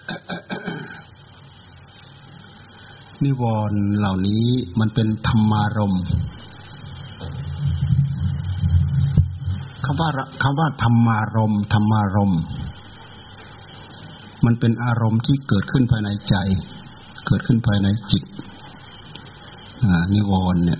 นิวรณ์เหล่านี้มันเป็นธรรมารมณ์คำว่าธรรมารมณ์มันเป็นอารมณ์ที่เกิดขึ้นภายในใจเกิดขึ้นภายในจิตนิวรณ์เนี่ย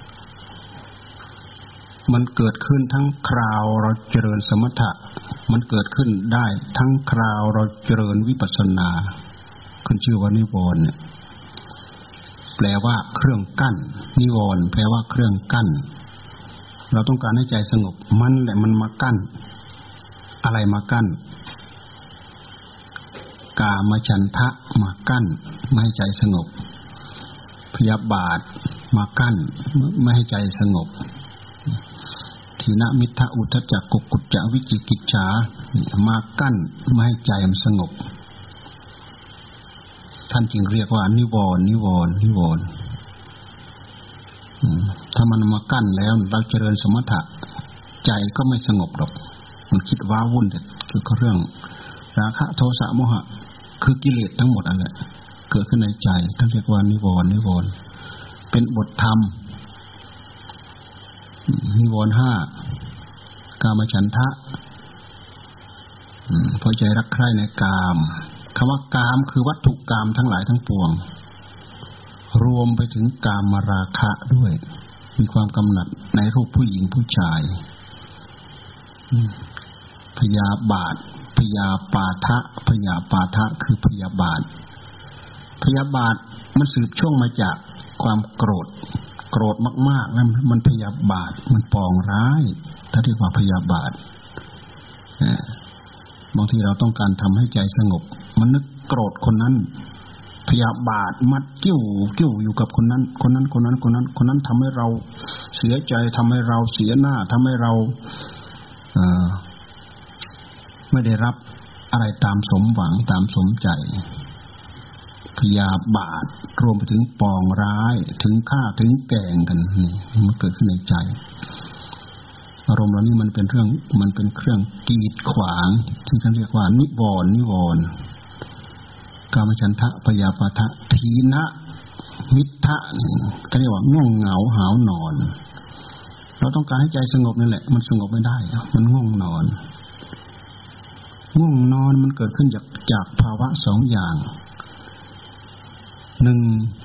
มันเกิดขึ้นทั้งคราวเราเจริญสมถะมันเกิดขึ้นได้ทั้งคราวเราเจริญวิปัสสนาขึ้นชื่อว่านิวรณ์เนี่ยแปลว่าเครื่องกั้นนิวรณ์แปลว่าเครื่องกั้นเราต้องการให้ใจสงบมันแหละมันมากั้นอะไรมากั้นกามฉันทะมากั้นไม่ให้ใจสงบพยาบาทมากั้นไม่ให้ใจสงบทีนมิทธะอุทธัจจะกุกกุจจะวิจิกิจฉามากั้นไม่ให้ใจมันสงบท่านจึงเรียกว่านิวรณ์ถ้ามันมากั้นแล้วเราเจริญสมถะใจก็ไม่สงบหรอกมันคิดว้าวุ่นคือเรื่องราคะโทสะโมหะคือกิเลสทั้งหมดอันแหละเกิดขึ้นในใจท่านเรียกว่านิวรณ์เป็นบทธรรมนิวรณ์ห้ากามฉันทะพอใจรักใคร่ในกามคำว่ากามคือวัตถุกามทั้งหลายทั้งปวงรวมไปถึงกามราคะด้วยมีความกำหนัดในรูปผู้หญิงผู้ชายพยาบาทพยาปาทะคือพยาบาทมันสืบช่วงมาจากความโกรธมากๆนั่นมันพยาบาทมันปองร้ายถ้าเรียกว่าพยาบาทบางทีเราต้องการทำให้ใจสงบมันนึกโกรธคนนั้นพยาบาทมัดกิ้วอยู่กับคนนั้นทำให้เราเสียใจทำให้เราเสียหน้าทำให้เราไม่ได้รับอะไรตามสมหวังตามสมใจพยาบาทรวมไปถึงปองร้ายถึงฆ่าถึงแกล้งกันนี่มันเกิดขึ้นในใจอารมณ์เหล่านี้มันเป็นเครื่องกีดขวางที่เขาเรียกว่านิวรณ์กามฉันทะพยาปาทะทีนะมิทธะเขาเรียกว่าง่วงเหงาหาวนอนเราต้องการให้ใจสงบนั่นแหละมันสงบไม่ได้มันง่วงนอนมันเกิดขึ้นจากภาวะสองอย่างหนึ่ง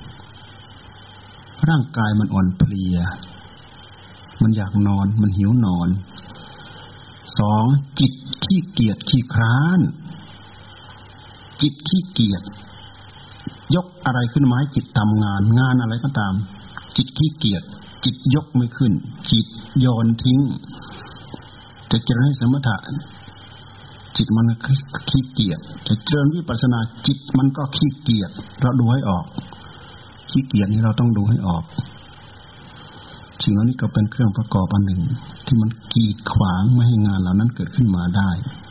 ร่างกายมันอ่อนเพลียมันอยากนอนมันหิวนอนสองจิตขี้เกียจขี้คร้านจิตขี้เกียจยกอะไรขึ้นมาให้จิตทำงานอะไรก็ตามจิตขี้เกียจจิตยกไม่ขึ้นจิตโยนทิ้งจะเจริญสมถะจิตมันขี้เกียจจะเจริญวิปัสสนาจิตมันก็ขี้เกียจเราดูให้ออกขี้เกียจนี้เราต้องดูให้ออกสิ่งเหล่านี้ก็เป็นเครื่องประกอบอันหนึ่งที่มันกีดขวางไม่ให้งานเหล่านั้นเกิดขึ้นมาได้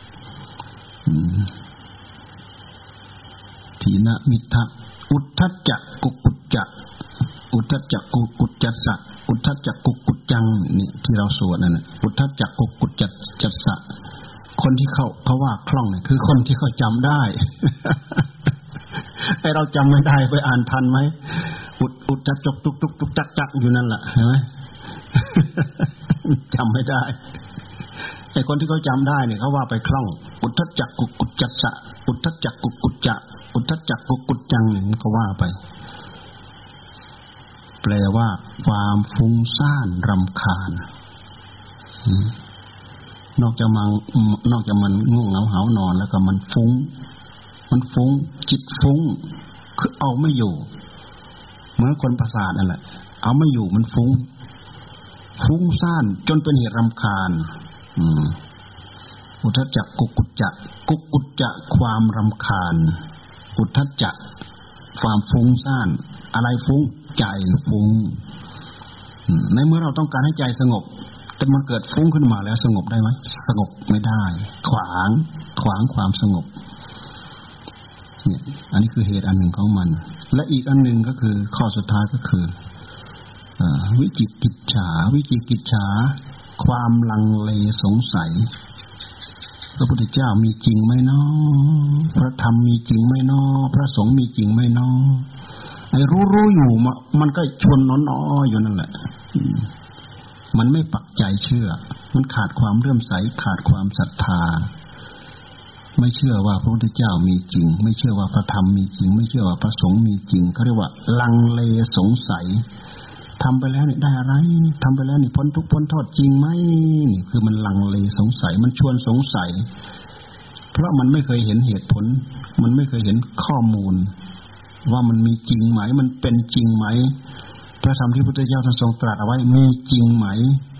ทีนะมิทธะอุทธัจจะกุกกุจจะอุทธัจจะกุกกุจจัสสะอุทธัจจะกุกกุจจังเนี่ยที่เราสวดนั่นน่ะอุทธัจจะกุกกุจจัสสะคนที่เขาว่าคล่องเนี่ยคือคนที่เขาจำได้ ไอเราจำไม่ได้ไปอ่านทันไหมอุดจักจกตุกตุกตุกจักอยู่นั่นแหละเห็นไหม จำไม่ได้ไอคนที่เขาจำได้เนี่ยเขาว่าไปคล่องอุทธัจจะกุกกุจจัสสะอุทธัจจะกุกกุจจะอุทธัจจะกุกกุจจังเนี่ยมันก็ว่าไปแปลว่าความฟุ้งซ่านรำคาญนอกจากมันง่วงเหงาหาวนอนแล้วก็มันฟุ้งจิตฟุ้งคือเอาไม่อยู่เหมือนคนประสาทนั่นแหละเอาไม่อยู่มันฟุ้งซ่านจนเป็นเหตุรำคาญอุทธัจจะกุกกุจจะความรำคาญอุทธัจจะความฟุ้งซ่านอะไรฟุ้งใจฟุ้งในเมื่อเราต้องการให้ใจสงบแต่มันเกิดฟุ้งขึ้นมาแล้วสงบได้ไหมสงบไม่ได้ขวางความสงบเนี่ยอันนี้คือเหตุอันหนึ่งของมันและอีกอันหนึ่งก็คือข้อสุดท้ายก็คือวิจิกิจฉาความลังเลสงสัยพระพุทธเจ้ามีจริงไหมเนาะพระธรรมมีจริงไหมเนาะพระสงฆ์มีจริงไหมเนาะไอ้รู้อยู่มันก็ชวนน้อๆอยู่นั่นแหละมันไม่ปักใจเชื่อมันขาดความเลื่อมใสขาดความศรัทธาไม่เชื่อว่าพระพุทธเจ้ามีจริงไม่เชื่อว่าพระธรรมมีจริงไม่เชื่อว่าพระสงฆ์มีจริงเขาเรียกว่าลังเลสงสัยทำไปแล้วเนี่ยได้อะไรทำไปแล้วนี่พ้นทุกข์พ้นโทษจริงไหมนี่คือมันลังเลสงสัยมันชวนสงสัยเพราะมันไม่เคยเห็นเหตุผลมันไม่เคยเห็นข้อมูลว่ามันมีจริงไหมมันเป็นจริงไหมพระธรรมที่พระพุทธเจ้าทรงตรัสเอาไว้มีจริงไหม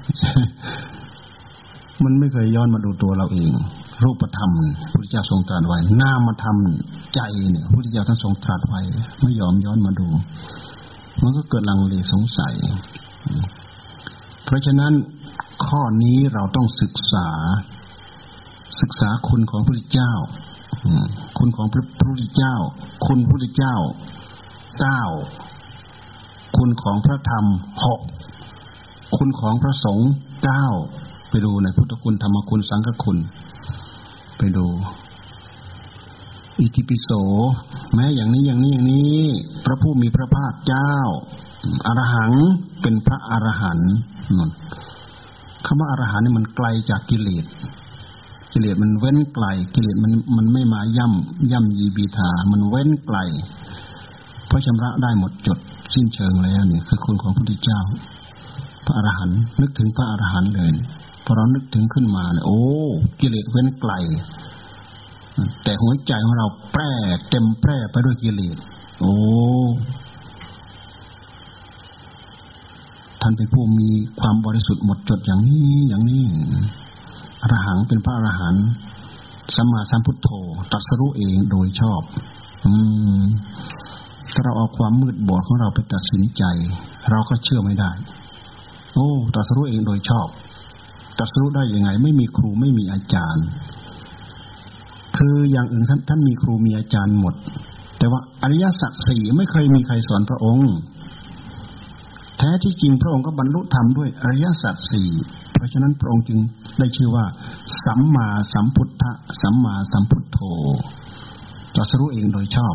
มันไม่เคยย้อนมาดูตัวเราเองรูปธรรมพระพุทธเจ้าทรงตรัสไว้นามธรรมใจเนี่ยพระพุทธเจ้าท่านทรงตรัสไว้ไม่ยอมย้อนมาดูมันก็เกิดลังเลสงสัยเพราะฉะนั้นข้อนี้เราต้องศึกษาคุณของพระพุทธเจ้าคุณของพระพุทธเจ้าคุณพระพุทธเจ้า9คุณของพระธรรม6คุณของพระสงฆ์9ไปดูในพุทธคุณธรรมคุณสังฆคุณไปดูอิติปิโสแม้อย่างนี้พระผู้มีพระภาคเจ้าอรหังเป็นพระอรหันต์นั่นคำว่าอรหันต์นี่มันไกลจากกิเลสมันเว้นไกลกิเลสมันไม่มาย่ำยีบีทามันเว้นไกลเพราะชำระได้หมดจดสิ้นเชิงแล้วเนี่ยคือคุณของพระพุทธเจ้าพระอรหันต์นึกถึงพระอรหันต์เลยพอเรานึกถึงขึ้นมาเนี่ยโอ้กิเลสเว้นไกลแต่หัวใจของเราเต็มแปร่ไปด้วยกิเลสโอ้ท่านเป็นผู้มีความบริสุทธิ์หมดจดอย่างนี้อรหังเป็นพระอรหันต์สัมมาสัมพุทโธตรัสรู้เองโดยชอบถ้าเราเอาความมืดบอดของเราไปตัดสินใจเราก็เชื่อไม่ได้โอ้ตรัสรู้เองโดยชอบตรัสรู้ได้ยังไงไม่มีครูไม่มีอาจารย์คืออย่างอื่นท่านมีครูมีอาจารย์หมดแต่ว่าอริยสัจสี่ไม่เคยมีใครสอนพระองค์แท้ที่จริงพระองค์ก็บรรลุธรรมด้วยอริยสัจสี่เพราะฉะนั้นพระองค์จึงได้ชื่อว่าสัมมาสัมพุทธะสัมมาสัมพุทโธตรัสรู้เองโดยชอบ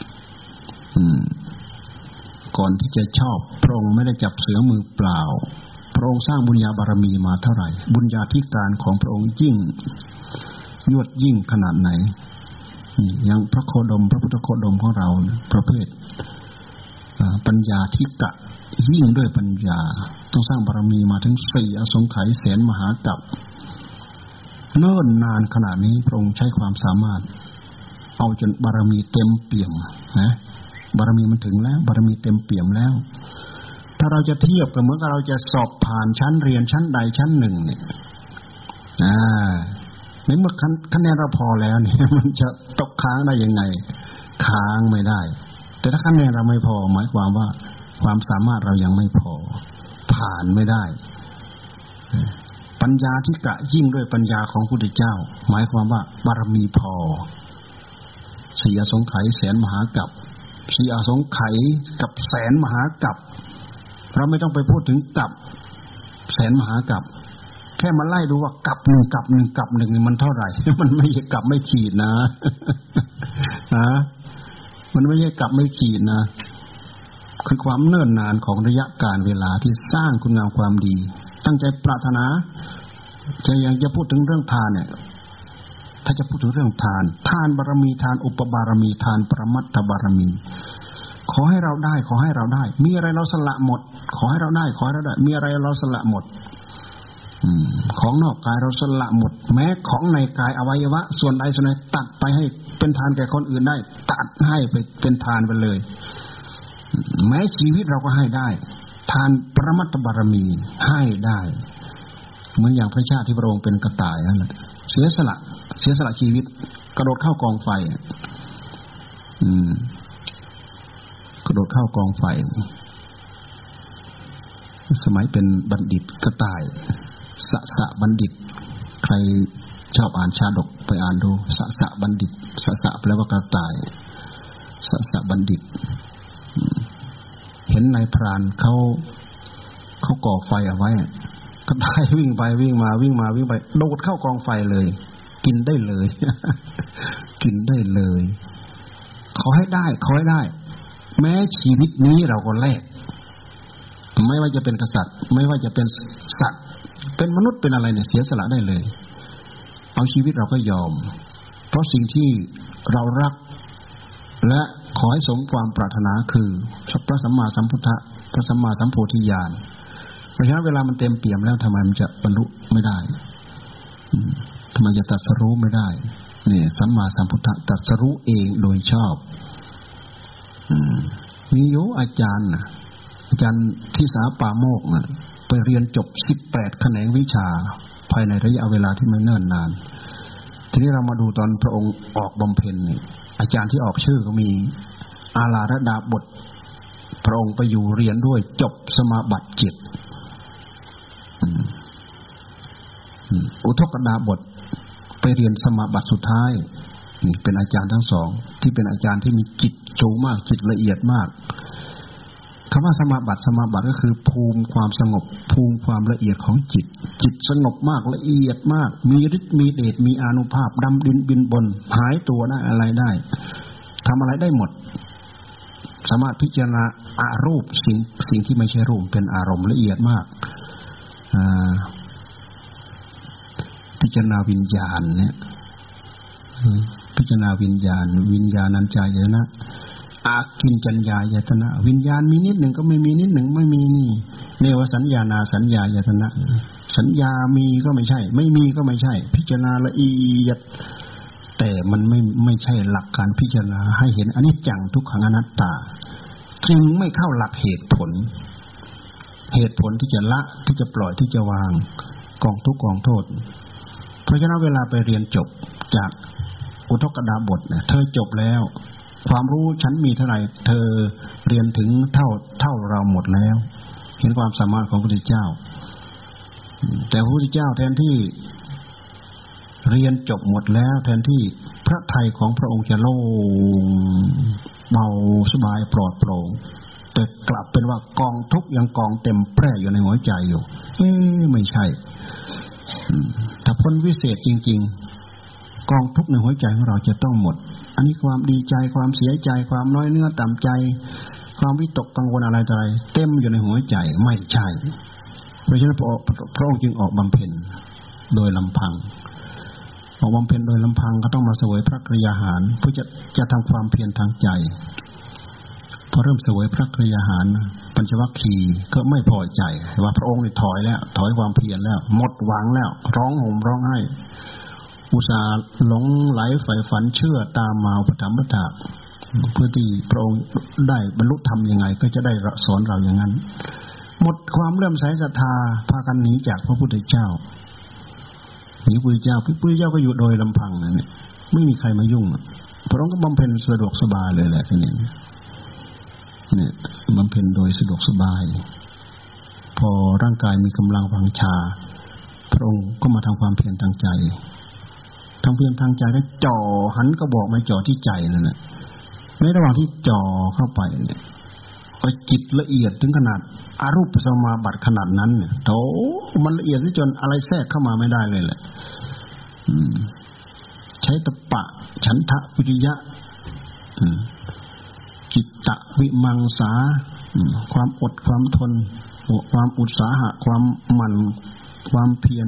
ก่อนที่จะชอบพระองค์ไม่ได้จับเสือมือเปล่าพระองค์สร้างบุญญาบารมีมาเท่าไหร่บุญญาธิการของพระองค์ยิ่งยวดยิ่งขนาดไหนอย่างพระโคดมพระพุทธโคดมของเราประเภทปัญญาธิกะยิ่งด้วยปัญญาต้องสร้างบารมีมาถึง4อสงไขยแสนมหากัปเนิ่นนานขนาดนี้พระองค์ใช้ความสามารถเอาจนบารมีเต็มเปี่ยมนะบารมีมันถึงแล้วบารมีเต็มเปี่ยมแล้วถ้าเราจะเทียบกับเหมือนกับเราจะสอบผ่านชั้นเรียนชั้นใดชั้นหนึ่งเนี่ยในเมื่อคะแนนเราพอแล้วเนี่ยมันจะตกค้างได้ยังไงค้างไม่ได้แต่ถ้าคะแนนเราไม่พอหมายความว่าความสามารถเรายังไม่พอผ่านไม่ได้ปัญญาที่กะยิ่งด้วยปัญญาของพระพุทธเจ้าหมายความว่าบารมีพอ4อสงไขยแสนมหากัป4อสงไขยกับแสนมหากัปเราไม่ต้องไปพูดถึงกัปแสนมหากัปแค่มาไล่ดูว่ากัปหนึ่งนี่มันเท่าไหร่มันไม่ใช่กัปไม่ขีดนะมันไม่ใช่กัปไม่ขีดนะคือความเนิ่นนานของระยะการเวลาที่สร้างคุณงามความดีตั้งใจปรารถนาจะพูดถึงเรื่องทานเนี่ยถ้าจะพูดถึงเรื่องทานบารมีทานอุปบารมีทานปรมัตถบารมีขอให้เราได้มีอะไรเราสละหมดขอให้เราได้มีอะไรเราสละหมดของนอกกายเราสละหมดแม้ของในกายอวัยวะส่วนใดส่วนหนึ่งตัดไปให้เป็นทานแก่คนอื่นได้ตัดให้ไปเป็นทานไปเลยแม้ชีวิตเราก็ให้ได้ทานปรมัตถบารมีให้ได้เหมือนอย่างพระชาติที่พระองค์เป็นกระต่ายนั่นแหละเสียสละชีวิตกระโดดเข้ากองไฟกระโดดเข้ากองไฟสมัยเป็นบัณฑิตกระต่ายสะบัณฑิตใครชอบอ่านชาดกไปอ่านดูสะบัณฑิตสะแปลว่ากระต่ายสะบัณฑิตเห็นนายพรานเขาก่อไฟเอาไว้กระต่ายวิ่งไปวิ่งมาโดดเข้ากองไฟเลยกินได้เลย กินได้เลยขอให้ได้ขอให้ได้แม้ชีวิตนี้เราก็แลกไม่ว่าจะเป็นกษัตริย์ไม่ว่าจะเป็นสัตว์เป็นมนุษย์เป็นอะไรเนี่ยเสียสละได้เลยเอาชีวิตเราก็ยอมเพราะสิ่งที่เรารักและขอให้สมความปรารถนาคือพระสัมมาสัมพุทธะพระสัมมาสัมโพธิญาณเพราะฉะนั้นเวลามันเต็มเปี่ยมแล้วทำไมมันจะบรรลุไม่ได้ทำไมจะตรัสรู้ไม่ได้เนี่ยสัมมาสัมพุทธะตรัสรู้เองโดยชอบมีโยอาจารย์ที่สาปาโมกข์ไปเรียนจบ18แขนงวิชาภายในระยะเวลาที่ไม่เนิ่นนานทีนี้เรามาดูตอนพระองค์ออกบำเพ็ญนี่อาจารย์ที่ออกชื่อก็มีอาลาระดาบทพระองค์ไปอยู่เรียนด้วยจบสมาบัติ7อุทกดาบทไปเรียนสมาบัติสุดท้ายนี่เป็นอาจารย์ทั้งสองที่เป็นอาจารย์ที่มีจิตสูงมากจิตละเอียดมากคำว่าสมาบัติก็คือภูมิความสงบภูมิความละเอียดของจิตสงบมากละเอียดมากมีฤทธิ์มีเดชมีอานุภาพดำดินบินบนหายตัวได้อะไรได้ทำอะไรได้หมดสามารถพิจารณาอารูปสิ่งที่ไม่ใช่รูปเป็นอารมณ์ละเอียดมากพิจารณาวิญญาณเนี่ยพิจารณาวิญญาณัญจายตนะอากิญจัญญายตนะวิญญาณมีนิดหนึ่งก็ไม่มีนิดหนึ่งไม่มีนี่เนวสัญญานาสัญญายตนะสัญญามีก็ไม่ใช่ไม่มีก็ไม่ใช่พิจารณาละเอียดแต่มันไม่ใช่หลักการพิจารณาให้เห็นอนิจจังทุกขังอนัตตาจึงไม่เข้าหลักเหตุผลที่จะละที่จะปล่อยที่จะวางกองทุกข์กองโทษเพราะฉะนั้นเวลาไปเรียนจบจากอุทกดาบทเนี่ยเธอจบแล้วความรู้ฉันมีเท่าไหร่เธอเรียนถึงเท่าเราหมดแล้วเห็นความสามารถของพระพุทธเจ้าแต่พระพุทธเจ้าแทนที่เรียนจบหมดแล้วแทนที่พระทัยของพระองค์จะโล่งเบาสบายปลอดโปร่งแต่กลับเป็นว่ากองทุกข์ยังกองเต็มแพร่อยู่ในหัวใจอยู่ไม่ใช่ถ้าพ้นวิเศษจริงๆกองทุกข์ในหัวใจของเราจะต้องหมดอันนี้ความดีใจความเสียใจความน้อยเนื้อต่ำใจความวิตกกังวลอะไรต่ออะไรเต็มอยู่ในหัวใจไม่ใช่เพราะฉะนั้นพระองค์จึงออกบำเพ็ญโดยลำพังออกบำเพ็ญโดยลำพังก็ต้องมาเสวยพระกยาหารเพื่อจะทำความเพียรทางใจพอเริ่มเสวยพระกยาหารปัญจวัคคีย์ก็ไม่พอใจว่าพระองค์นี่ถอยความเพียรแล้วหมดหวังแล้วร้องห่มร้องไห้อุตส่าห์หลงไหลใฝ่ฝันเชื่อตามมาอุปถัมภะเพื่อที่พระองค์ได้บรรลุธรรมยังไงก็จะได้สอนเราอย่างนั้นหมดความเลื่อมใสศรัทธาพากันหนีจากพระพุทธเจ้าหนีพระพุทธเจ้าก็อยู่โดยลำพังเนี่ยไม่มีใครมายุ่งพระองค์ก็บำเพ็ญสะดวกสบายเลยแหละทีนี้เนี่ยบำเพ็ญโดยสะดวกสบายพอร่างกายมีกำลังวังชาพระองค์ก็มาทำความเพียรทางใจทำเพียรทางใจก็จ่อหันก็บอกไม่จ่อที่ใจนั่นแหละในระหว่างที่จ่อเข้าไปเนี่ยก็จิตละเอียดถึงขนาดอารูปสมาบัติขนาดนั้นเนี่ยโธ่มันละเอียดจนอะไรแทรกเข้ามาไม่ได้เลยแหละใช้ตปะฉันทะวิริยะจิตตะวิมังสาความอดความทนความอุตสาหะความหมั่นความเพียร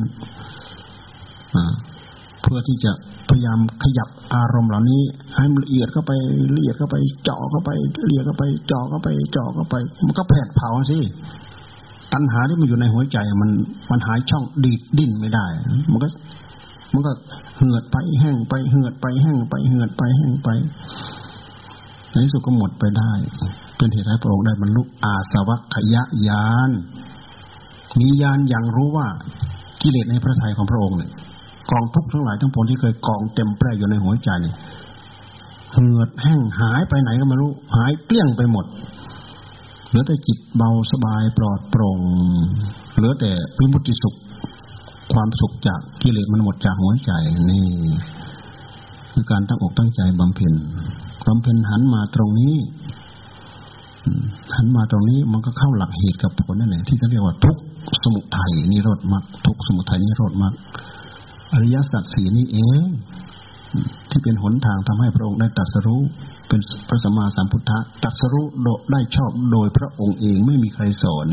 เพื่อที่จะพยายามขยับอารมณ์เหล่านี้ให้มันละเอียดเข้าไปเจาะเข้าไปละเอียดเข้าไปเจาะเข้าไปมันก็แผดเผาสิตัณหาที่มันอยู่ในหัวใจมันหายช่องดีดดิ้นไม่ได้มันก็เหือดไปแห้งไปเหือดไปแห้งไปเหือดไปแห้งไปในที่สุดก็หมดไปได้เป็นเหตุให้พระองค์ได้บรรลุอาสวัคยญาณมีญาณอย่างรู้ว่ากิเลสในพระทัยของพระองค์เนี่ยกองทุกข์ทั้งหลายทั้งปวงที่เคยกองเต็มแปร่อยู่ในหัวใจเนี่ยเหือดแห้งหายไปไหนก็ไม่รู้หายเกลี้ยงไปหมดเหลือแต่จิตเบาสบายปลอดโปร่งเหลือแต่วิมุตติสุขความสุขจากกิเลสมันหมดจากหัวใจนี่คือการตั้งอกตั้งใจบำเพ็ญหันมาตรงนี้มันก็เข้าหลักเหตุกับผลนั่นแหละที่เขาเรียกว่าทุกข์สมุทัยนิโรธมรรคทุกข์สมุทัยนิโรธมรรคอริยสัจสี่นี่เองที่เป็นหนทางทำให้พระองค์ได้ตรัสรู้เป็นพระสัมมาสัมพุทธะตรัสรู้ได้ชอบโดยพระองค์เองไม่มีใครสอน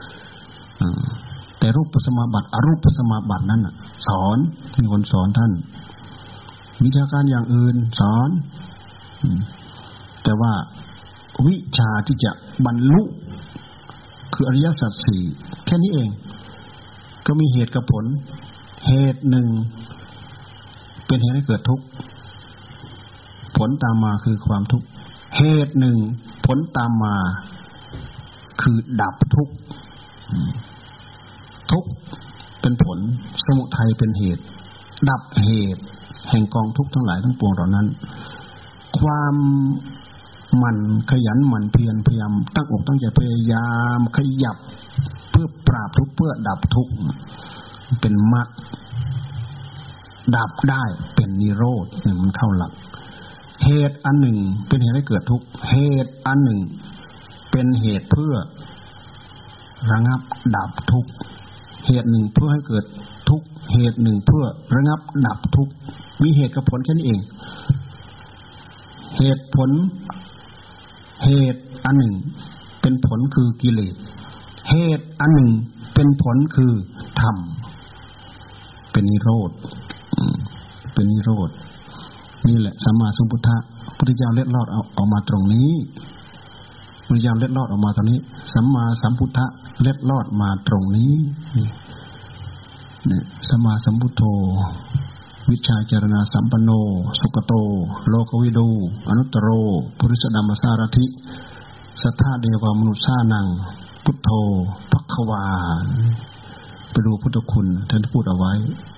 แต่รูปสมาบัติอรูปสมาบัตินั้นสอนมีคนสอนท่านวิชาการอย่างอื่นสอนแต่ว่าวิชาที่จะบรรลุคืออริยสัจสี่แค่นี้เองก็มีเหตุกับผลเหตุหนึ่งเป็นเหตุให้เกิดทุกข์ผลตามมาคือความทุกข์เหตุหนึ่งผลตามมาคือดับทุกข์ทุกข์เป็นผลสมุทัยเป็นเหตุดับเหตุแห่งกองทุกข์ทั้งหลายทั้งปวงเหล่านั้นความมันขยันหมั่นเพียรพยายามตั้งอกตั้งใจพยายามขยับเพื่อปราบทุกข์เพื่อดับทุกข์เป็นมรรคดับได้เป็นนิโรธเนี่ยมันเข้าหลักเหตุอันหนึ่งเป็นเหตุให้เกิดทุกข์เหตุอันหนึ่งเป็นเหตุเพื่อระงับดับทุกข์เหตุหนึ่งเพื่อให้เกิดทุกข์เหตุหนึ่งเพื่อระงับดับทุกข์มีเหตุกับผลแค่นี้เองเหตุผลเหตุอันหนึ่งเป็นผลคือกิเลสเหตุอันหนึ่งเป็นผลคือธรรมเป็นนิโรธเป็นนิโรธนี่แหละสัมมาสัมพุทธะพุทธเจ้าเล็ดลอดเอามาตรงนี้พุทธเจ้าเล็ดลอดออกมาตรงนี้สัมมาสัมพุทธะเล็ดลอดมาตรงนี้เนี่ยสัมมาสัมพุทโธวิชาจารณาสัมปันโนสุขโตโลกวิดูอนุตตโรปุริสดัมมสารถิสัทธาเดวามนุษย์สานังพุทโธภัคควาไปดูพุทธคุณท่านพูดเอาไว้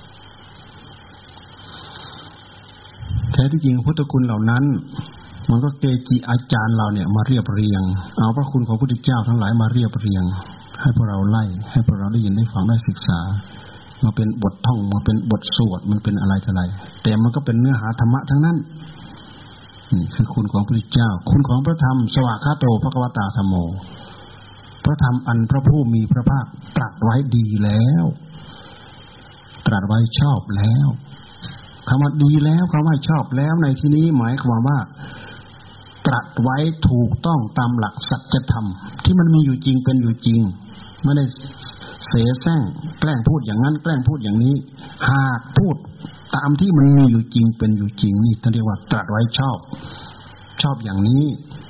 แท้ที่จริงพุทธคุณเหล่านั้นมันก็เกจิอาจารย์เราเนี่ยมาเรียบเรียงเอาพระคุณของพระพุทธเจ้าทั้งหลายมาเรียบเรียงให้พวกเราไล่ให้พวกเราได้ยินได้ฟังได้ศึกษามาเป็นบทท่องมาเป็นบทสวดมันเป็นอะไรต่ออะไรแต่มันก็เป็นเนื้อหาธรรมะทั้งนั้นนี่คือคุณของพระพุทธเจ้าคุณของพระธรรมสวากขาโตภควตาธัมโมพระธรรมอันพระผู้มีพระภาคตรัสไว้ดีแล้วตรัสไว้ชอบแล้วคำว่าดีแล้วคำว่าชอบแล้วในที่นี้หมายความว่าตรัสไว้ถูกต้องตามหลักสัจธรรมที่มันมีอยู่จริงเป็นอยู่จริงไม่ได้เสแสร้งแกล้งพูดอย่างนั้นแกล้งพูดอย่างนี้หากพูดตามที่มันมีอยู่จริงเป็นอยู่จริงนี่ท่านเรียกว่าตรัสไว้ชอบอย่างนี้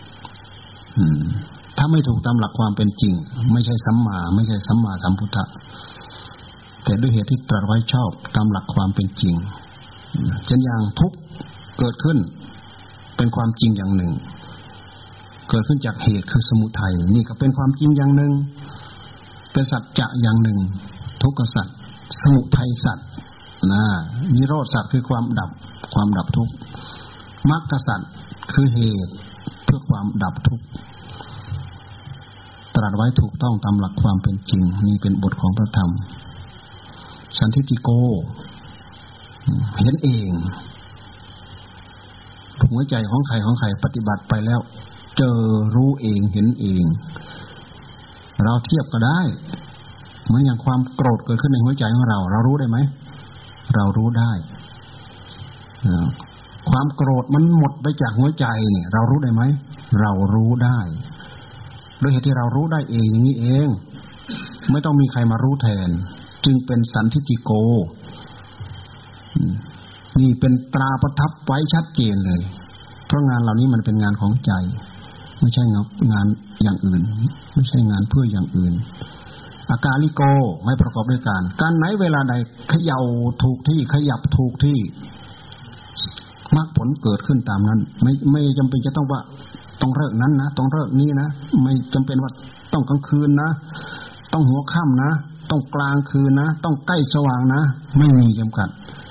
ถ้าไม่ถูกตามหลักความเป็นจริงไม่ใช่สัมมาสัมพุทธะแต่ด้วยเหตุที่ตรัสไว้ชอบตามหลักความเป็นจริงเช่นอย่างทุกข์เกิดขึ้นเป็นความจริงอย่างหนึ่งเกิดขึ้นจากเหตุคือสมุทัยนี่ก็เป็นความจริงอย่างหนึ่งเป็นสัจจะอย่างหนึ่งทุกขสัจสมุทัยสัจนิโรธสัจคือความดับทุกข์มรรคสัจคือเหตุเพื่อความดับทุกข์ตรัสไว้ถูกต้องตามหลักความเป็นจริงนี่เป็นบทของพระธรรมสันทิฏฐิโกเห็นเองหัวใจของใครปฏิบัติไปแล้วเจอรู้เองเห็นเองเราเทียบก็ได้เหมือนอย่างความโกรธเกิดขึ้นในหัวใจของเรารู้ได้ไหมเรารู้ได้ความโกรธมันหมดไปจากหัวใจเนี่ยเรารู้ได้ไหมเรารู้ได้โดยเหตุที่เรารู้ได้เองอย่างนี้เองไม่ต้องมีใครมารู้แทนจึงเป็นสันทิฏฐิโกนี่เป็นตราประทับไว้ชัดเจนเลยเพราะงานเหล่านี้มันเป็นงานของใจไม่ใช่งานอย่างอื่นไม่ใช่งานเพื่ออย่างอื่นอากาลิโกไม่ประกอบด้วยการไหนเวลาใดเขย่าถูกที่ขยับถูกที่มรรคผลเกิดขึ้นตามนั้นไม่จำเป็นจะต้องว่าต้องเลิกนั้นนะต้องเลิกนี้นะไม่จำเป็นว่าต้องกลางคืนนะต้องหัวค่ำนะต้องกลางคืนนะต้องใกล้สว่างนะไม่มีจำกัด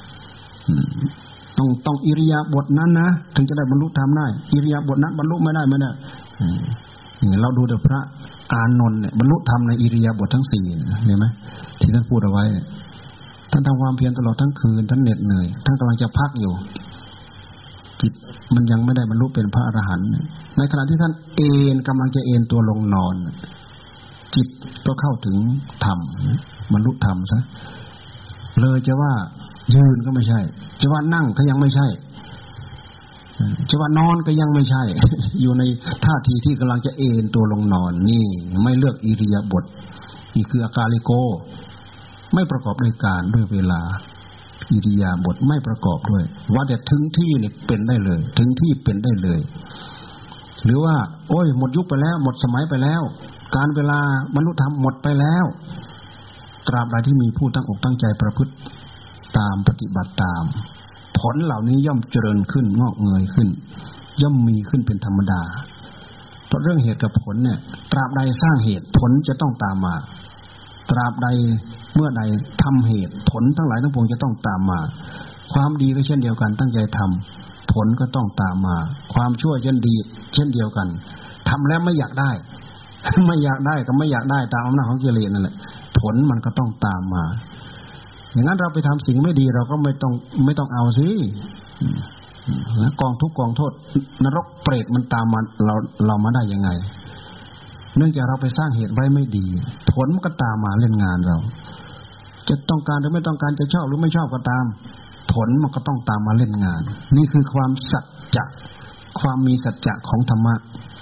ต้องอิริยาบถนั้นนะถึงจะได้บรรลุธรรมได้อิริยาบถนั้นบรรลุไม่ได้เราดูเดี๋ยวพระอานนท์เนี่ยบรรลุธรรมในอิริยาบถทั้ง4เห็นไหมที่ท่านพูดเอาไว้ท่านทำความเพียรตลอดทั้งคืนท่านเหน็ดเหนื่อยท่านกำลังจะพักอยู่จิตมันยังไม่ได้บรรลุเป็นพระอรหันต์ในขณะที่ท่านกำลังจะเอนตัวลงนอนจิตก็เข้าถึงธรรมบรรลุธรรมซะเลยจะว่ายืนก็ไม่ใช่จะว่านั่งก็ยังไม่ใช่จะว่านอนก็ยังไม่ใช่ อยู่ในท่าทีที่กำลังจะเอนตัวลงนอนนี่ไม่เลือกอิริยาบถนี่คืออากาลิโกไม่ประกอบด้วยการด้วยเวลาอิริยาบถไม่ประกอบด้วยว่าแต่ถึงที่นี่เป็นได้เลยถึงที่เป็นได้เลยหรือว่าโอ้ยหมดยุคไปแล้วหมดสมัยไปแล้วการเวลามนุษยธรรมหมดไปแล้วตราบใดที่มีผู้ตั้งอกตั้งใจประพฤติตามปฏิบัติตามผลเหล่านี้ย่อมเจริญขึ้นงอกเงยขึ้นย่อมมีขึ้นเป็นธรรมดาเพราะเรื่องเหตุกับผลเนี่ยตราบใดสร้างเหตุผลจะต้องตามมาตราบใดเมื่อใดทำเหตุผลทั้งหลายทั้งปวงจะต้องตามมาความดีก็เช่นเดียวกันตั้งใจทำผลก็ต้องตามมาความชั่วเช่นดีเช่นเดียวกันทำแล้วไม่อยากได้ ไม่อยากได้ก็ไม่อยากได้ตามอำนาจของกิเลสนั่นแหละผลมันก็ต้องตามมาอย่างนั้นเราไปทำสิ่งไม่ดีเราก็ไม่ต้องเอาสิกองทุกข์กองโทษนรกเปรตมันตามมาเรามาได้ยังไงเนื่องจากเราไปสร้างเหตุไว้ไม่ดีผลมันก็ตามมาเล่นงานเราจะต้องการหรือไม่ต้องการจะชอบหรือไม่ชอบก็ตามผลมันก็ต้องตามมาเล่นงานนี่คือความสัจจะความมีสัจจะของธรรมะ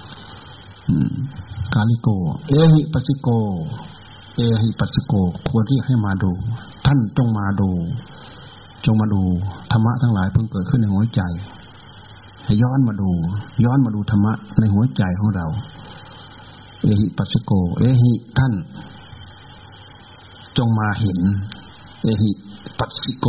กาลิโกเอหิปัสสิโกเอหิปัสสิโกควรที่ให้มาดูท่านจงมาดูธรรมะทั้งหลายเพิ่งเกิดขึ้นในหัวใจให้ย้อนมาดูธรรมะในหัวใจของเราเอหิปัสสิโกเอหิท่านจงมาเห็นเอหิปัสสิโก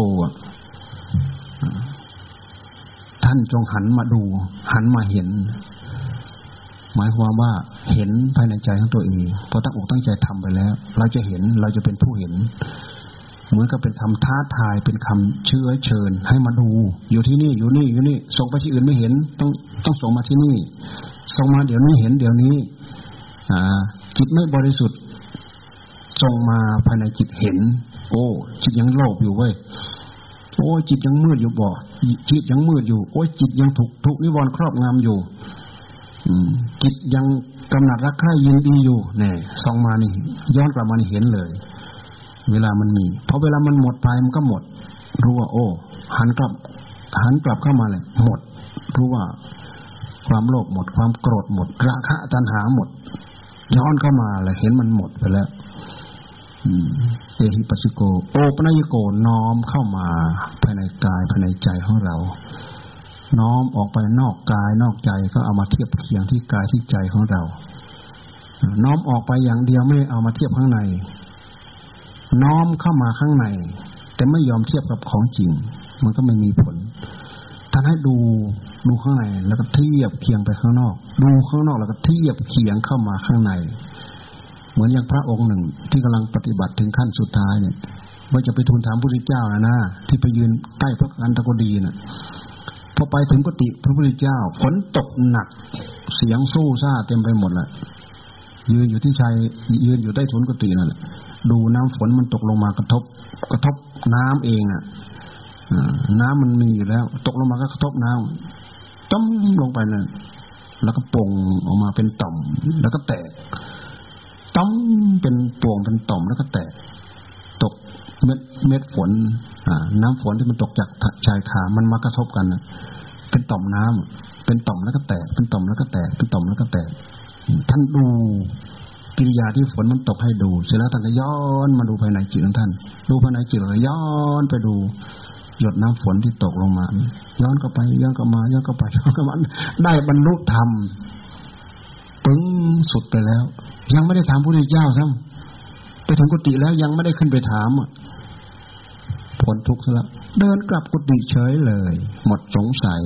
ท่านจงหันมาดูหันมาเห็นหมายความว่าเห็นภายในใจของตัวเองพอตั้งอกตั้งใจทำไปแล้วเราจะเห็นเราจะเป็นผู้เห็นเหมือนกับเป็นคำท้าทายเป็นคำเชื้อเชิญให้มาดูอยู่ที่นี่อยู่นี่ส่งไปที่อื่นไม่เห็นต้องส่งมาที่นี่ส่งมาเดี๋ยวนี้เห็นเดี๋ยวนี้จิตไม่บริสุทธิ์ส่งมาภายในจิตเห็นโอ้จิตยังโลภอยู่เว้ยโอ้จิตยังมืดอยู่บ่จิตยังมืดอยู่โอ้จิตยังถูกนิวรณ์ครอบงำอยู่จิตยังกำหนัดรักใคร่ยินดีอยู่เนี่ยส่องมานี่ย้อนกลับมานี่เห็นเลยเวลามันมีพอเวลามันหมดไปมันก็หมดรู้ว่าโอ้หันกลับเข้ามาเลยหมดรู้ว่าความโลภหมดความโกรธหมดราคะตัณหาหมดย้อนเข้ามาเลยเห็นมันหมดไปแล้วเอหิปัสสิโกโอปนัญญโกน้อมเข้ามาภายในกายภายในใจของเราน้อมออกไปนอกกายนอกใจก็เอามาเทียบเคียงที่กายที่ใจของเราน้อมออกไปอย่างเดียวไม่เอามาเทียบข้างในน้อมเข้ามาข้างในแต่ไม่ยอมเทียบกับของจริงมันก็ไม่มีผลท่านให้ดูข้างในแล้วก็เทียบเคียงไปข้างนอกดูข้างนอกแล้วก็เทียบเคียงเข้ามาข้างในเหมือนอย่างพระองค์หนึ่งที่กำลังปฏิบัติถึงขั้นสุดท้ายเนี่ยว่าจะไปทูลถามพระพุทธเจ้านะที่ไปยืนใต้พระกันตะโกดีน่ะพอไปถึงกุฏิพระพุทธเจ้าฝนตกหนักเสียงสู้ซ่าเต็มไปหมดแหละยืนอยู่ที่ชายยืนอยู่ใต้ถุนกุฏินั่นแหละดูน้ำฝนมันตกลงมากระทบน้ำเองน้ำมันมีอยู่แล้วตกลงมาก็กระทบน้ำต้มลงไปนั่นแล้วก็ป่งออกมาเป็นต่อมแล้วก็แตกต้มเป็นป่งเป็นต่อมแล้วก็แตกตกเม็ดฝนน้ำฝนที่มันตกจากชายคามันมากระทบกันเป็นต่อมน้ำเป็นต่อมแล้วก็แตกเป็นต่อมแล้วก็แตกเป็นต่อมแล้วก็แตกท่านดูกิริยาที่ฝนมันตกให้ดูเสร็จแล้วท่านก็ย้อนมาดูภายในจิตของท่านดูภายในจิตแล้วย้อนไปดูหยดน้ำฝนที่ตกลงมาย้อนเข้าไปย้อนเข้ามาย้อนเข้าไปย้อนเข้ามาได้บรรลุธรรมปึ้งสุดไปแล้วยังไม่ได้ถามพระพุทธเจ้าซ้ำไปถึงกุฏิแล้วยังไม่ได้ขึ้นไปถามพ้นทุกข์แล้วเดินกลับกุฏิเฉยเลยหมดสงสัย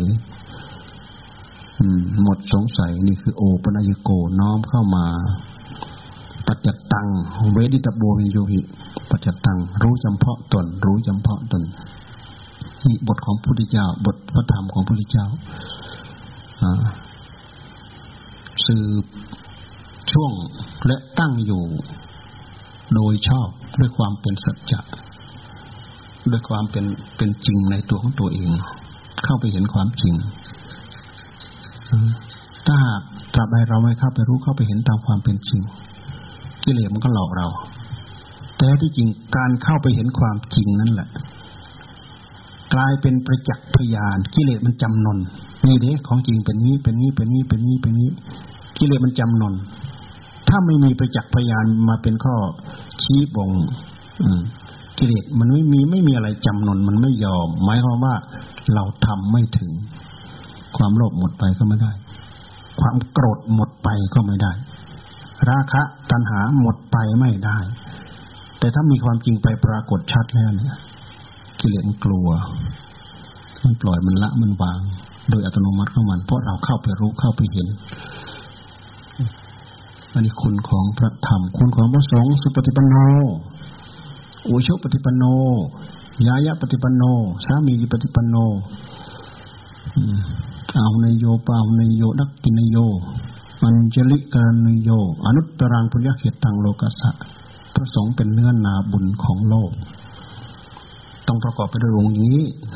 หมดสงสัยนี่คือโอปนัญญโกน้อมเข้ามาปัจจตังเวดิตโบวิโยหิปัจจตังรู้จำเพาะตนรู้จำเพาะตนนี่บทของพระพุทธเจ้าบทพระธรรมของพระพุทธเจ้าสืบช่วงและตั้งอยู่โดยชอบด้วยความเป็นสัจจะด้วยความเป็นจริงในตัวของตัวเองเข้าไปเห็นความจริงถ้าตราบใดเราไม่เข้าไปรู้เข้าไปเห็นตามความเป็นจริงกิเลสมันก็หลอกเราแต่ที่จริงการเข้าไปเห็นความจริงนั่นแหละกลายเป็นประจักษ์พยานกิเลสมันจำนนนี่เด้ของจริงเป็นนี้เป็นนี้เป็นนี้เป็นนี้เป็นนี้กิเลสมันจำนนถ้าไม่มีประจักษ์พยานมาเป็นข้อชี้บ่งกิเลสมันไม่มีอะไรจำนนมันไม่ยอมหมายความว่าเราทำไม่ถึงความโลภหมดไปก็ไม่ได้ความโกรธหมดไปก็ไม่ได้ราคะตัณหาหมดไปไม่ได้แต่ถ้ามีความจริงไปปรากฏชัดแล้วเนี่ยกิเลสมันกลัวมันปล่อยมันละมันวางโดยอัตโนมัติของมันเพราะเราเข้าไปรู้เข้าไปเห็นอันนี้คุณของพระธรรมคุณของพระสงฆ์สุปฏิปันโนอุชุปฏิปันโนยายะปฏิปันโนสามีปฏิปันโนเอานโยปเอานโยดักกินโยอัญจลิกรณโยอนุตตรังปุญญเขตังโลกัสสะพระสงฆ์เป็นเนื้อนาบุญของโลกต้องประกอบไปด้วยองค์นี้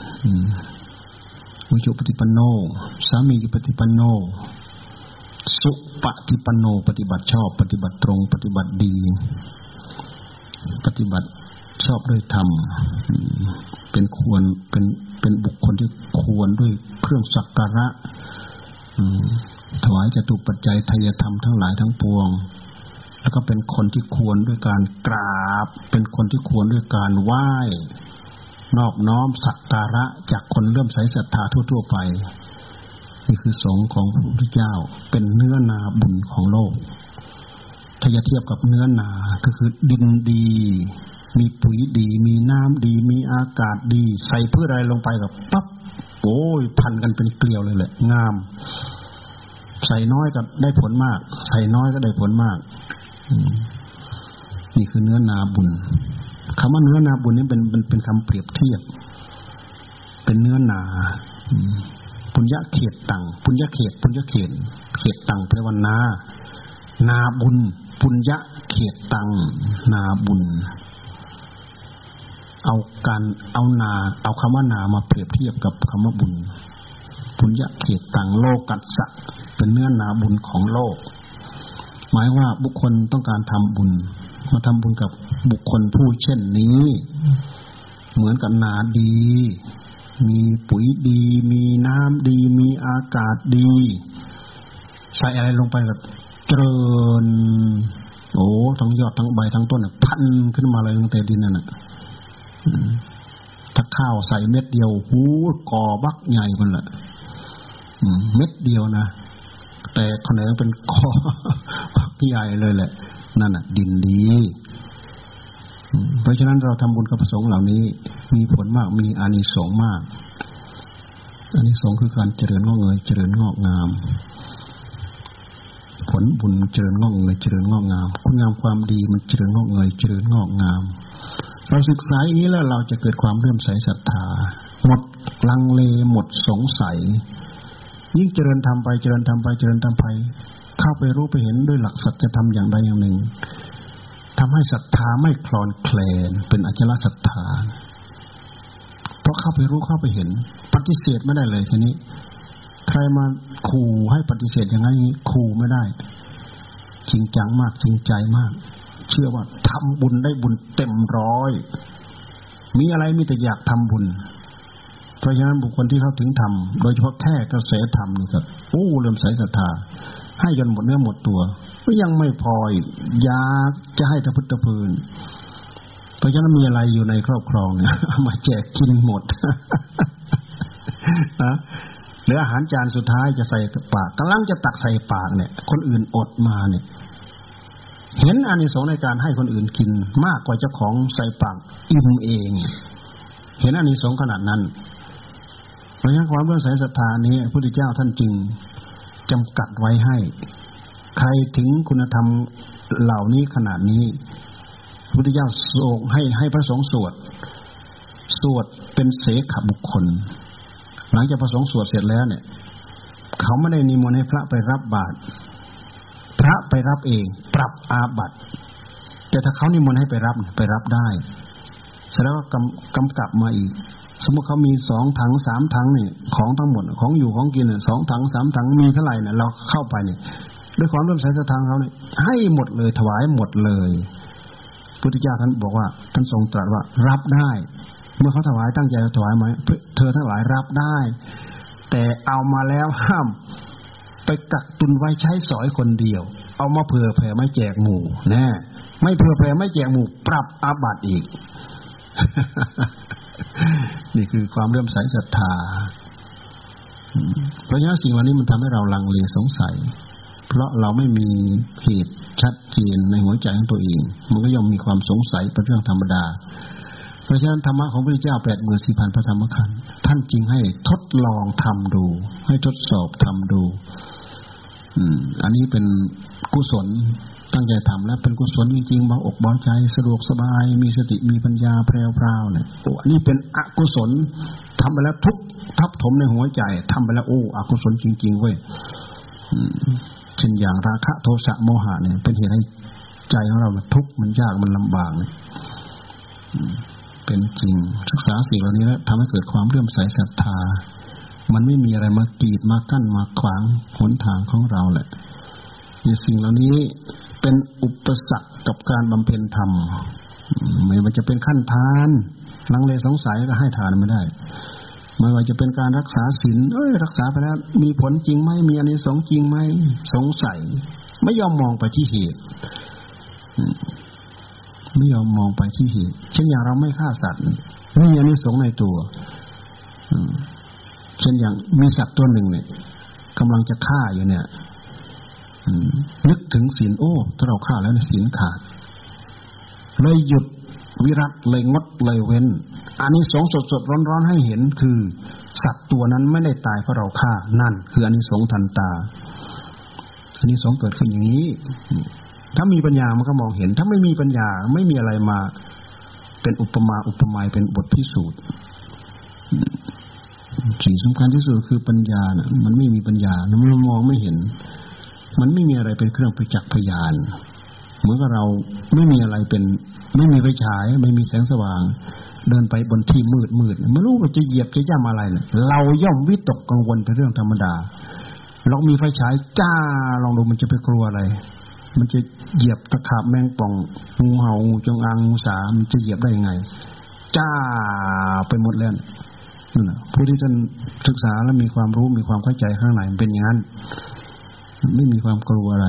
อุชุปฏิปันโนสามีปฏิปันโนสุปฏิปันโนปฏิบัติชอบปฏิบัติตรงปฏิบัติดีปฏิบัติชอบด้วยธรรมเป็นควรเป็นบุคคลที่ควรด้วยเครื่องสักการะถวายจตุปัจจัยทายธรรมทั้งหลายทั้งปวงแล้วก็เป็นคนที่ควรด้วยการกราบเป็นคนที่ควรด้วยการไหว้นอบน้อมสักการะจากคนเลื่อมใสศรัทธาทั่วๆไปนี่คือสงฆ์ของพระพุทธเจ้าเป็นเนื้อนาบุญของโลกถ้าจะเทียบกับเนื้อนาก็คือดินดีมีปุ๋ยดีมีน้ำดีมีอากาศดีใส่พืชอะไรลงไปกับปั๊บโอ้ยพันกันเป็นเกลียวเลยแหละงามใส่น้อยก็ได้ผลมากใส่น้อยก็ได้ผลมากนี่คือเนื้อนาบุญคำว่าเนื้อนาบุญนี่เป็นคำเปรียบเทียบเป็นเนื้อนาปุญญเขตตังปุญญเขตเขตตังแปลว่านาบุญปุญญเขตตังนาบุญเอาคำว่านามาเปรียบเทียบกับคำว่าบุญปุญญเขตตังโลกัสสะเป็นเนื้อนาบุญของโลกหมายว่าบุคคลต้องการทำบุญมาทำบุญกับบุคคลผู้เช่นนี้เหมือนกับนาดีมีปุ๋ยดีมีน้ำดีมีอากาศดีใส่อะไรลงไปกับเจริญโอ้ทั้งยอดทั้งใบทั้งต้นพันขึ้นมาเลยตั้งแต่ดินนั่นน่ะถ้าข้าวใส่เม็ดเดียวหูก่อบักใหญ่มันแหละเม็ดเดียวนะแต่ขนาดเป็นคอบักใหญ่เลยแหละนั่นน่ะดินดีเพราะฉะนั้นเราทำบุญกับพระสงฆ์เหล่านี้มีผลมากมีอานิสงส์มากอานิสงส์คือการเจริญงอกเงยเจริญงอกงามผลบุญเจริญงอกเงยเจริญงอกงามคุณงามความดีมันเจริญงอกเงยเจริญงอกงามเราศึกษาอย่างนี้แล้วเราจะเกิดความเลื่อมใสศรัทธาหมดลังเลหมดสงสัยยิ่งเจริญทำไปเจริญทำไปเจริญทำไปเข้าไปรู้ไปเห็นด้วยหลักสัจธรรมอย่างใดอย่างหนึ่งทำให้ศรัทธาไม่คลอนแคลนเป็นอจลศรัทธาเพราะเข้าไปรู้เข้าไปเห็นปฏิเสธไม่ได้เลยทีนี้ใครมาขู่ให้ปฏิเสธอย่างนี้ขู่ไม่ได้จริงจังมากจริงใจมากเชื่อว่าทำบุญได้บุญเต็มร้อยมีอะไรมีแต่อยากทำบุญเพราะฉะนั้นบุคคลที่เข้าถึงธรรมโดยเฉพาะแค่กระแสธรรมนี่ครับโอ้เริ่มใสศรัทธาให้จนหมดเนื้อหมดตัวก็ยังไม่พออยากจะให้ตะพึดตะพืนเพราะฉะนั้นมีอะไรอยู่ในครอบครองเนี่ยเอามาแจกกินหมดนะเหลืออาหารจานสุดท้ายจะใส่ปากกำลังจะตักใส่ปากเนี่ยคนอื่นอดมาเนี่ยเห็นอานิสงส์ในการให้คนอื่นกินมากกว่าเจ้าของใส่ปากอิ่มเองเห็นอานิสงส์ขนาดนั้นเพราะฉะนั้นความเลื่อมใสศรัทธานี้พระพุทธเจ้าท่านจึงจำกัดไว้ให้ใครถึงคุณธรรมเหล่านี้ขนาดนี้พระพุทธเจ้าทรงให้พระสงฆ์สวดเป็นเสขบุคคลหลังจากพระสงฆ์สวดเสร็จแล้วเนี่ยเขาไม่ได้นิมนต์ให้พระไปรับบาตรพระไปรับเองปรับอาบัติแต่ถ้าเขานิมนต์ให้ไปรับได้เสร็จแล้วก็กำกับมาอีกสมมติเขามี2 ถัง 3 ถังนี่ของทั้งหมดของอยู่ของกินเนี่ย2 ถัง 3 ถังมีเท่าไหร่เนี่ยเราเข้าไปเนี่ยด้วยความเลื่อมใสศรัทธาเขาเนี่ยให้หมดเลยถวายหมดเลยพุทธเจ้าท่านบอกว่าท่านทรงตรัสว่ารับได้มื่อเขาถวายตั้งใจถวายไหมเธอทั้งหลายรับได้แต่เอามาแล้วห้ามไปกักตุนไว้ใช้สอยคนเดียวเอามาเผื่อแผ่ไม่แจกหมู่แน่ไม่เผื่อแผ่ไม่แจกหมู่ปรับอาบัติอีก นี่คือความเลื่อมใสศรัทธาเพราะฉะนั้นสิ่งเหล่านี้มันทำให้เราลังเลสงสัยเพราะเราไม่มีเหตุชัดเจนในหัวใจของตัวเองมันก็ย่อมมีความสงสัยเป็นเรื่องธรรมดาเพราะฉะนั้นธรรมะของพระพุทธเจ้า 84,000 พระธรรมขันธ์ท่านจึงให้ทดลองทำดูให้ทดสอบทำดูอันนี้เป็นกุศลตั้งใจทำแล้วเป็นกุศลจริงๆเบาอกเบาใจสะดวกสบายมีสติมีปัญญาแพรวๆเนี่ยโอ้อันนี้เป็นอกุศลทำไปแล้วทุกทับถมในหัวใจทำไปแล้วโอ้อกุศลจริงๆเว้ยเช่นอย่างราคะโทสะโมหะเนี่ยเป็นเหตุให้ใจของเรามันทุกข์มันยากมันลำบากเนี่ยเป็นจริงศึกษาสิ่งเหล่านี้แล้วทำให้เกิดความเลื่อมใสศรัทธามันไม่มีอะไรมากีดมากั้นมาขวางหนทางของเราแหละนี่สิ่งเหล่านี้เป็นอุปสรรคกับการบำเพ็ญธรรมไม่ว่าจะเป็นขั้นทานลังเลสงสัยก็ให้ทานไม่ได้ไม่ว่าจะเป็นการรักษาศีลรักษาไปแล้วมีผลจริงไหมมีอานิสงส์จริงไหมสงสัยไม่ยอมมองไปที่เหตุไม่ยอมมองไปที่เหตุเช่นอย่างเราไม่ฆ่าสัตว์มีอานิสงส์ในตัวเช่นอย่างมีสัตว์ตัวหนึ่งเนี่ยกำลังจะฆ่าอยู่เนี่ยนึกถึงศีลโอ้ถ้าเราฆ่าแล้วศีลขาดเลยหยุดวิรัตเลยงดเลยเว้นอานิสงส์สดๆร้อนๆให้เห็นคือสัตว์ตัวนั้นไม่ได้ตายเพราะเราฆ่านั่นคืออานิสงส์ทันตาอานิสงส์เกิดขึ้นอย่างนี้ถ้ามีปัญญามันก็มองเห็นถ้าไม่มีปัญญาไม่มีอะไรมาเป็นอุปมาอุปไมยเป็นบทพิสูจน์สิ่งสำคัญที่สุดคือปัญญาน่ะมันไม่มีปัญญามันมองไม่เห็นมันไม่มีอะไรเป็นเครื่องประจักษ์พยานเหมือนกับเราไม่มีอะไรเป็นไม่มีไฟฉายไม่มีแสงสว่างเดินไปบนที่มืดไม่รู้ว่าจะเหยียบจะย่ำอะไรเนี่ยเราย่อมวิตกกังวลเป็นเรื่องธรรมดาลองมีไฟฉายจ้าลองดูมันจะไปกลัวอะไรมันจะเหยียบตะขาบแมงป่องงูเห่างูจงอางงูสามันจะเหยียบได้ยังไงจ้าไปหมดแล้วนั่นน่ะผู้ที่ท่านศึกษาและมีความรู้มีความเข้าใจข้างในมันเป็นอย่างนั้นไม่มีความกลัวอะไร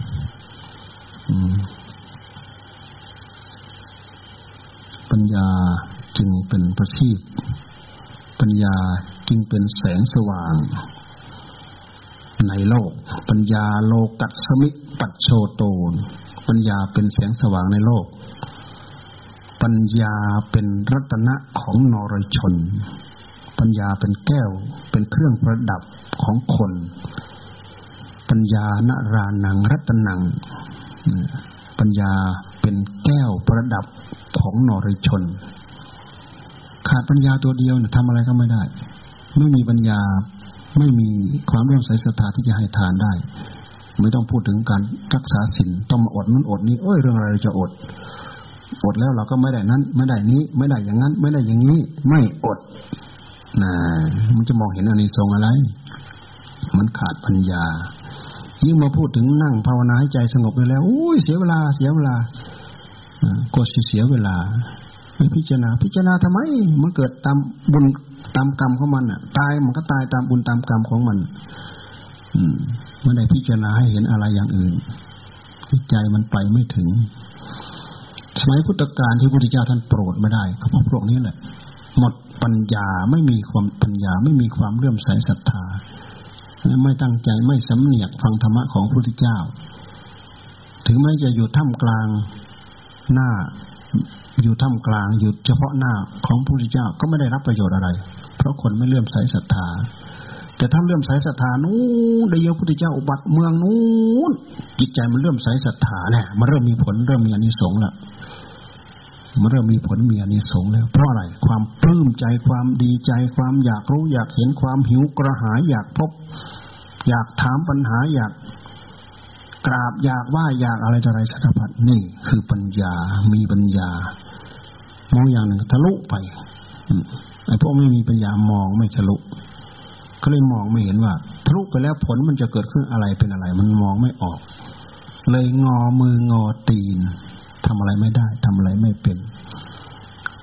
ปัญญาจึงเป็นประทีปปัญญาจึงเป็นแสงสว่างในโลกปัญญาโลกัสสมิปัจโชโตนปัญญาเป็นแสงสว่างในโลกปัญญาเป็นรัตนะของนรชนปัญญาเป็นแก้วเป็นเครื่องประดับของคนปัญญานรานังรัตนังปัญญาเป็นแก้วประดับของนรชนขาดปัญญาตัวเดียวทำอะไรก็ไม่ได้ไม่มีปัญญาไม่มีความเลื่อมใสศรัทธาที่จะให้ทานได้ไม่ต้องพูดถึงการรักษาศีลต้องมาอดนั้นอดนี้เรื่องอะไรเราจะอดแล้วเราก็ไม่ได้นั้นไม่ได้นี้ไม่ได้อย่างนั้นไม่ได้อย่างนี้ไม่อดมันจะมองเห็นอานิสงส์อะไรมันขาดปัญญายิ่งมาพูดถึงนั่งภาวนาให้ใจสงบไปแล้วเสียเวลาก็เสียเวลาไม่พิจารณาทำไมมันเกิดตามบุญตามกรรมของมันตายมันก็ตายตามบุญตามกรรมของมันไม่ได้พิจารณาให้เห็นอะไรอย่างอื่นใจมันไปไม่ถึงสมัยพุทธกาลที่พระพุทธเจ้าท่านโปรดไม่ได้ก็เพราะพวกนี้แหละหมดปัญญาไม่มีความปัญญาไม่มีความเลื่อมใสศรัทธาไม่ตั้งใจไม่สำเนียกฟังธรรมะของพระพุทธเจ้าถึงแม้จะอยู่ท่ามกลางหน้าอยู่ท่ามกลางอยู่เฉพาะหน้าของพระพุทธเจ้าก็ไม่ได้รับประโยชน์อะไรเพราะคนไม่เลื่อมใสศรัทธาแต่ถ้าเลื่อมใสศรัทธานู้นได้เยอะพระพุทธเจ้าอุบัติเมืองนู้นจิตใจมันเลื่อมใสศรัทธาเนี่ยมันเริ่มมีผลเริ่มมีอานิสงส์แล้วมันเริ่มมีผลมีอานิสงส์แล้วเพราะอะไรความปลื้มใจความดีใจความอยากรู้อยากเห็นความหิวกระหายอยากพบอยากถามปัญหาอยากกราบอยากว่าอยากอะไรต่ออะไรสารพัดนี่คือปัญญามีปัญญามองอย่างหนึ่งทะลุไปไอ้พวกไม่มีปัญญามองไม่ทะลุก็เลยมองไม่เห็นว่าทะลุไปแล้วผลมันจะเกิดขึ้นอะไรเป็นอะไรมันมองไม่ออกเลยงอมืองอตีนทำอะไรไม่ได้ทำอะไรไม่เป็น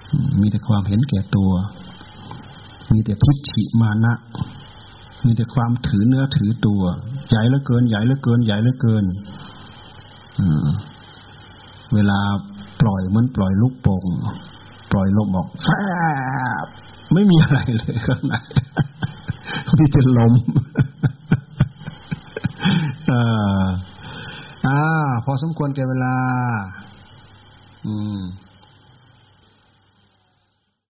มีแต่ความเห็นแก่ตัวมีแต่ทิฏฐิมานะมีแต่ความถือเนื้อถือตัวใหญ่เหลือเกินใหญ่เหลือเกินใหญ่เหลือเกินเวลาปล่อยมันปล่อยลูกโป่งปล่อยลมออกแฟบไม่มีอะไรเลยข้างในมีแต่ลมพอสมควรแก่เวลา